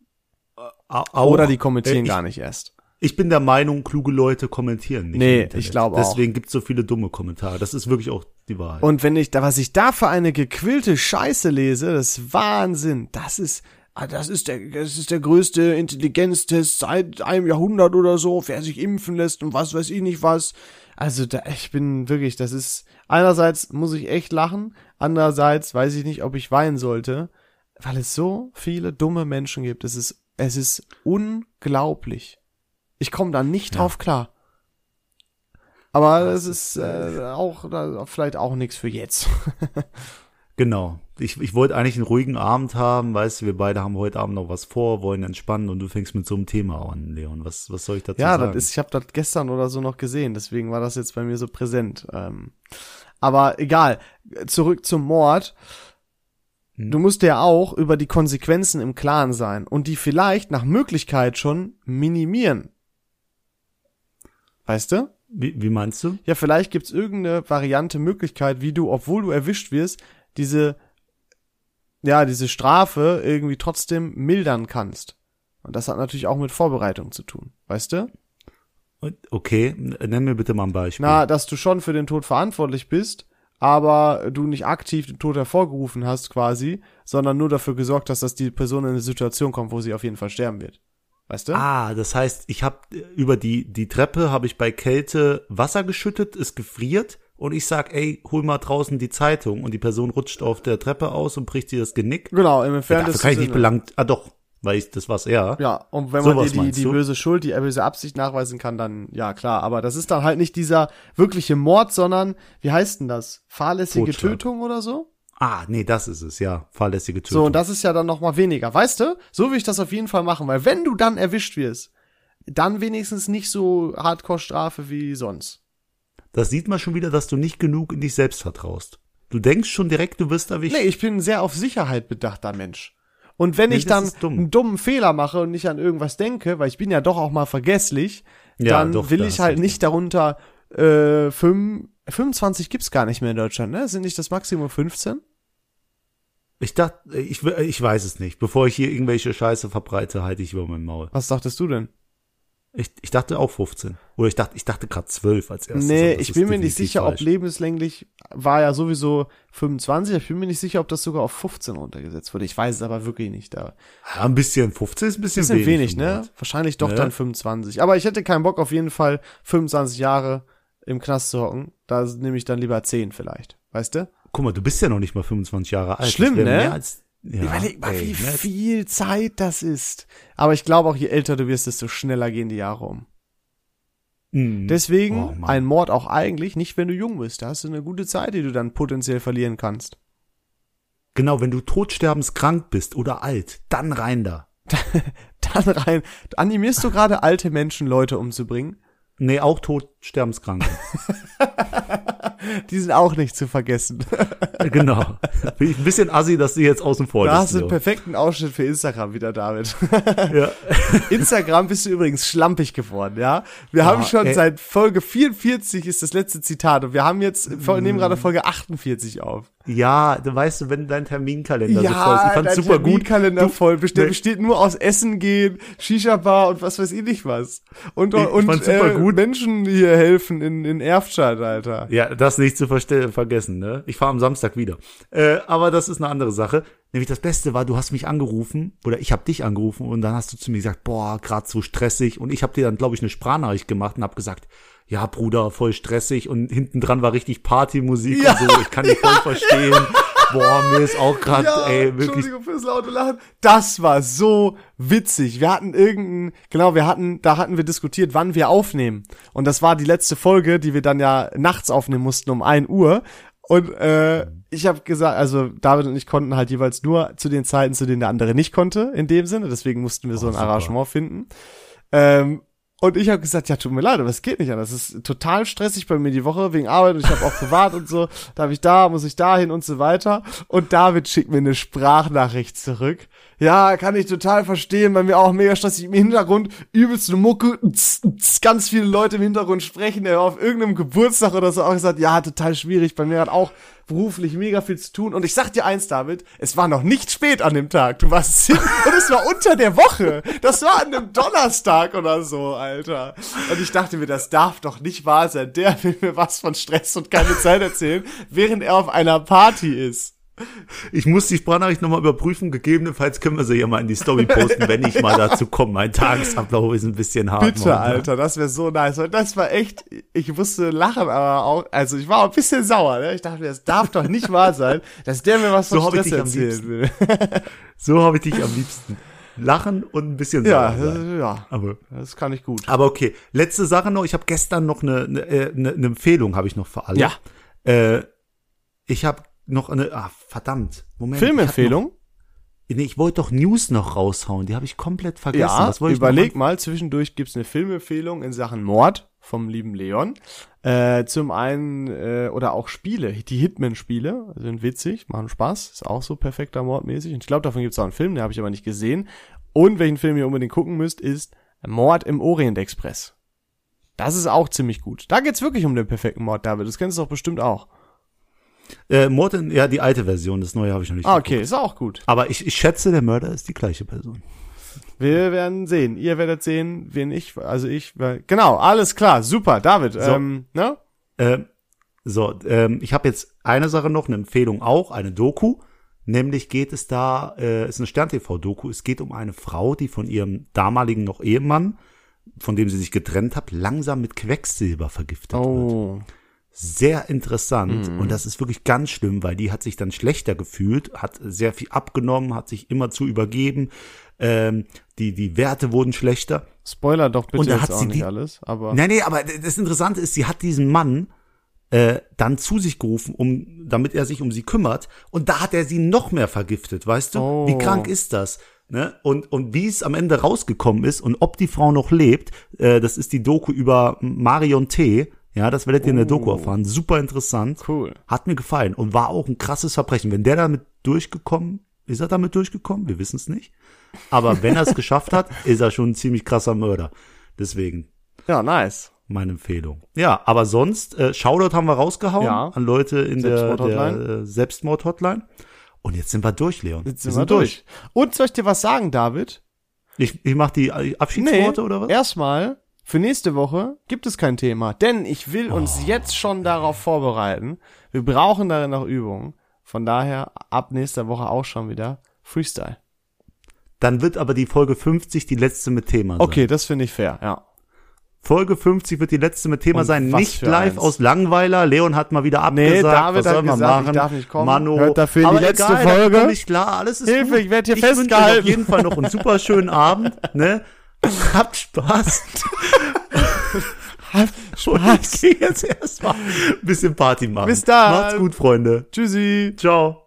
Auch, Oder die kommentieren äh, ich, gar nicht erst. Ich bin der Meinung, kluge Leute kommentieren nicht. Nee, im Internet. ich glaube auch. Deswegen gibt's so viele dumme Kommentare. Das ist wirklich auch die Wahrheit. Und wenn ich da, was ich da für eine gequillte Scheiße lese, das ist Wahnsinn. Das ist, ah, das ist der, das ist der größte Intelligenztest seit einem Jahrhundert oder so, wer sich impfen lässt und was weiß ich nicht was. Also da, ich bin wirklich, das ist, einerseits muss ich echt lachen, andererseits weiß ich nicht, ob ich weinen sollte, weil es so viele dumme Menschen gibt. Es ist, es ist unglaublich. Ich komme da nicht Ja. drauf klar. Aber das ist äh, auch da, vielleicht auch nichts für jetzt. Genau. Ich, ich wollte eigentlich einen ruhigen Abend haben, weißt du, wir beide haben heute Abend noch was vor, wollen entspannen und du fängst mit so einem Thema an, Leon. Was, was soll ich dazu Ja, sagen? das ist, ich habe das gestern oder so noch gesehen, deswegen war das jetzt bei mir so präsent. Ähm, aber egal, zurück zum Mord. Hm. Du musst ja auch über die Konsequenzen im Klaren sein und die vielleicht nach Möglichkeit schon minimieren. Weißt du? Wie, wie meinst du? Ja, vielleicht gibt's irgendeine Variante, Möglichkeit, wie du, obwohl du erwischt wirst, diese, ja, diese Strafe irgendwie trotzdem mildern kannst. Und das hat natürlich auch mit Vorbereitung zu tun, weißt du? Okay, nenn mir bitte mal ein Beispiel. Na, dass du schon für den Tod verantwortlich bist, aber du nicht aktiv den Tod hervorgerufen hast quasi, sondern nur dafür gesorgt hast, dass die Person in eine Situation kommt, wo sie auf jeden Fall sterben wird. Weißt du? Ah, das heißt, ich habe über die die Treppe habe ich bei Kälte Wasser geschüttet, es gefriert und ich sag, ey, hol mal draußen die Zeitung und die Person rutscht auf der Treppe aus und bricht sich das Genick. Genau, im Ja, entferntesten dafür kann ich nicht Sinne. belangt. Ah doch, weil ich das war's ja. Ja, und wenn man Sowas dir die, meinst die du? böse Schuld, die böse Absicht nachweisen kann, dann ja klar. Aber das ist dann halt nicht dieser wirkliche Mord, sondern, wie heißt denn das? Fahrlässige Totschlag. Tötung oder so? Ah, nee, das ist es, ja, fahrlässige Tötung. So, und das ist ja dann noch mal weniger. Weißt du? So will ich das auf jeden Fall machen, weil wenn du dann erwischt wirst, dann wenigstens nicht so Hardcore-Strafe wie sonst. Das sieht man schon wieder, dass du nicht genug in dich selbst vertraust. Du denkst schon direkt, du wirst erwischt. Nee, ich bin ein sehr auf Sicherheit bedachter Mensch. Und wenn Nee, ich das dann ist dumm. einen dummen Fehler mache und nicht an irgendwas denke, weil ich bin ja doch auch mal vergesslich, Ja, dann doch, will da ich hast halt du nicht darunter äh, fünf, fünfundzwanzig gibt's gar nicht mehr in Deutschland, ne? Sind nicht das Maximum fünfzehn? Ich dachte, ich, ich weiß es nicht. Bevor ich hier irgendwelche Scheiße verbreite, halte ich über mein Maul. Was dachtest du denn? Ich, ich dachte auch fünfzehn. Oder ich dachte, ich dachte gerade zwölf als erstes. Nee, aber das ich ist bin mir nicht definitiv sicher, falsch. ob lebenslänglich war ja sowieso fünfundzwanzig. Ich bin mir nicht sicher, ob das sogar auf fünfzehn runtergesetzt wurde. Ich weiß es aber wirklich nicht. Da Ja, ein bisschen, fünfzehn ist ein bisschen, bisschen wenig, wenig, im ne? Monat. Wahrscheinlich doch Ne? dann fünfundzwanzig. Aber ich hätte keinen Bock, auf jeden Fall fünfundzwanzig Jahre im Knast zu hocken. Da nehme ich dann lieber zehn vielleicht. Weißt du? Guck mal, du bist ja noch nicht mal fünfundzwanzig Jahre alt. Schlimm, Das wäre ne? Mehr als, ja, Überleg mal, ey, wie mehr als- viel Zeit das ist. Aber ich glaube auch, je älter du wirst, desto schneller gehen die Jahre um. Mhm. Deswegen Oh, Mann. ein Mord auch eigentlich nicht, wenn du jung bist. Da hast du eine gute Zeit, die du dann potenziell verlieren kannst. Genau, wenn du todsterbenskrank bist oder alt, dann rein da. Dann rein. Animierst du gerade alte Menschen, Leute umzubringen? Nee, auch todsterbenskrank. Die sind auch nicht zu vergessen. Genau. Bin ich ein bisschen assi, dass du jetzt außen vor Da lässt, hast du einen Leon. perfekten Ausschnitt für Instagram wieder, David. Ja. Instagram bist du übrigens schlampig geworden, ja? Wir haben Ja, schon ey. seit Folge vierundvierzig ist das letzte Zitat und wir haben jetzt, wir nehmen gerade Folge achtundvierzig auf. Ja, du weißt, wenn dein Terminkalender so voll ist. Ich fand's dein super gut. Terminkalender Du- voll. Best- Der Nee. besteht nur aus Essen gehen, Shisha-Bar und was weiß ich nicht was. Und, Ich- ich und fand's super äh, gut. Menschen hier helfen in, in Erftstadt, Alter. Ja, das nicht zu verste- vergessen, ne? Ich fahre am Samstag wieder. Äh, aber das ist eine andere Sache. Nämlich das Beste war, du hast mich angerufen oder ich habe dich angerufen und dann hast du zu mir gesagt, boah, gerade so stressig. Und ich habe dir dann, glaube ich, eine Sprachnachricht gemacht und habe gesagt, ja, Bruder, voll stressig. Und hinten dran war richtig Partymusik Ja. und so. Ich kann dich voll verstehen. Boah, mir ist auch gerade, Ja, ey, wirklich. Entschuldigung fürs laute Lachen. Das war so witzig. Wir hatten irgendein, genau, wir hatten, da hatten wir diskutiert, wann wir aufnehmen. Und das war die letzte Folge, die wir dann ja nachts aufnehmen mussten um ein Uhr. Und äh, ich habe gesagt, also David und ich konnten halt jeweils nur zu den Zeiten, zu denen der andere nicht konnte, in dem Sinne. Deswegen mussten wir so Oh, ein super. Arrangement finden. Ähm, Und ich habe gesagt, ja, tut mir leid, aber es geht nicht anders. Es ist total stressig bei mir die Woche wegen Arbeit und ich habe auch privat und so. Darf ich da, muss ich dahin und so weiter. Und David schickt mir eine Sprachnachricht zurück. Ja, kann ich total verstehen, bei mir auch mega stressig im Hintergrund. Übelste Mucke, tz, tz, ganz viele Leute im Hintergrund sprechen. Er war auf irgendeinem Geburtstag oder so auch gesagt, ja, total schwierig. Bei mir hat auch beruflich mega viel zu tun. Und ich sag dir eins, David, es war noch nicht spät an dem Tag. Du warst hin und es war unter der Woche. Das war an einem Donnerstag oder so, Alter. Und ich dachte mir, das darf doch nicht wahr sein. Der will mir was von Stress und keine Zeit erzählen, während er auf einer Party ist. Ich muss die Sprachnachricht nochmal überprüfen. Gegebenenfalls können wir sie ja mal in die Story posten, wenn ich mal dazu komme. Mein Tagesablauf ist ein bisschen hart. Bitte, momentan. Alter, das wäre so nice. Und das war echt, ich musste lachen, aber auch, also ich war auch ein bisschen sauer, ne? Ich dachte mir, das darf doch nicht wahr sein, dass der mir was von So hab ich Stress dich am erzählen liebsten. will. So habe ich dich am liebsten. Lachen und ein bisschen Ja, sauer sein. äh, ja, Aber, das kann ich gut. aber okay, letzte Sache noch. Ich habe gestern noch eine, eine, eine, eine Empfehlung, habe ich noch für alle. Ja. Äh, ich habe noch eine, ah, verdammt, Moment. ich hab Filmempfehlung? Noch, nee, ich wollte doch News noch raushauen, die habe ich komplett vergessen. Ja, Was wollte ich überleg noch mal, zwischendurch gibt's eine Filmempfehlung in Sachen Mord vom lieben Leon. Äh, zum einen, äh, oder auch Spiele, die Hitman-Spiele sind witzig, machen Spaß, ist auch so perfekter Mordmäßig. Und ich glaube, davon gibt's auch einen Film, den habe ich aber nicht gesehen. Und welchen Film ihr unbedingt gucken müsst, ist Mord im Orient Express. Das ist auch ziemlich gut. Da geht's wirklich um den perfekten Mord, David. Das kennst du doch bestimmt auch. Äh, Morten, ja, die alte Version, das neue habe ich noch nicht Ah, geguckt. okay, ist auch gut. Aber ich, ich schätze, der Mörder ist die gleiche Person. Wir werden sehen. Ihr werdet sehen, wen ich, also ich, weil, genau, alles klar, super, David, So. ähm, ne? Äh, so, ähm, ich habe jetzt eine Sache noch, eine Empfehlung auch, eine Doku. Nämlich geht es da, äh, ist eine Stern-T V-Doku, es geht um eine Frau, die von ihrem damaligen noch Ehemann, von dem sie sich getrennt hat, langsam mit Quecksilber vergiftet wird. Oh. Sehr interessant Mhm. und das ist wirklich ganz schlimm, weil die hat sich dann schlechter gefühlt, hat sehr viel abgenommen, hat sich immer zu übergeben, ähm, die die Werte wurden schlechter. Spoiler doch bitte Und da jetzt hat auch sie nicht die- alles, aber. Nee, nee, aber das Interessante ist, sie hat diesen Mann äh, dann zu sich gerufen, um damit er sich um sie kümmert und da hat er sie noch mehr vergiftet, weißt du? Oh. Wie krank ist das? Ne? Und und wie es am Ende rausgekommen ist und ob die Frau noch lebt, äh, das ist die Doku über Marion T., ja, das werdet ihr in der Doku Oh. erfahren. Super interessant. Cool. Hat mir gefallen und war auch ein krasses Verbrechen. Wenn der damit durchgekommen, ist er damit durchgekommen? Wir wissen es nicht. Aber wenn er es geschafft hat, ist er schon ein ziemlich krasser Mörder. Deswegen Ja, nice. meine Empfehlung. Ja, aber sonst, äh, Shoutout haben wir rausgehauen Ja. an Leute in der, Selbstmord-Hotline. der äh, Selbstmord-Hotline. Und jetzt sind wir durch, Leon. Jetzt sind wir durch. Und soll ich dir was sagen, David? Ich, ich mach die Abschiedsworte oder was? Erstmal, für nächste Woche gibt es kein Thema, denn ich will uns Oh. jetzt schon darauf vorbereiten. Wir brauchen darin noch Übungen. Von daher ab nächster Woche auch schon wieder Freestyle. Dann wird aber die Folge fünfzig die letzte mit Thema sein. Okay, das finde ich fair, ja. Folge fünfzig wird die letzte mit Thema Und sein, was nicht für live eins. aus Langweiler. Leon hat mal wieder Nee, abgesagt. David was hat soll man gesagt, machen? ich darf nicht kommen. Mano. Hört dafür in die Aber letzte egal, Folge. dann komm ich klar, alles ist Hilfe, gut. ich werd hier wünsche euch festgehalten. auf jeden Fall noch einen super schönen Abend, ne? Habt Spaß. Habt Und ich gehe jetzt erstmal ein bisschen Party machen. Bis dann. Macht's gut, Freunde. Tschüssi. Ciao.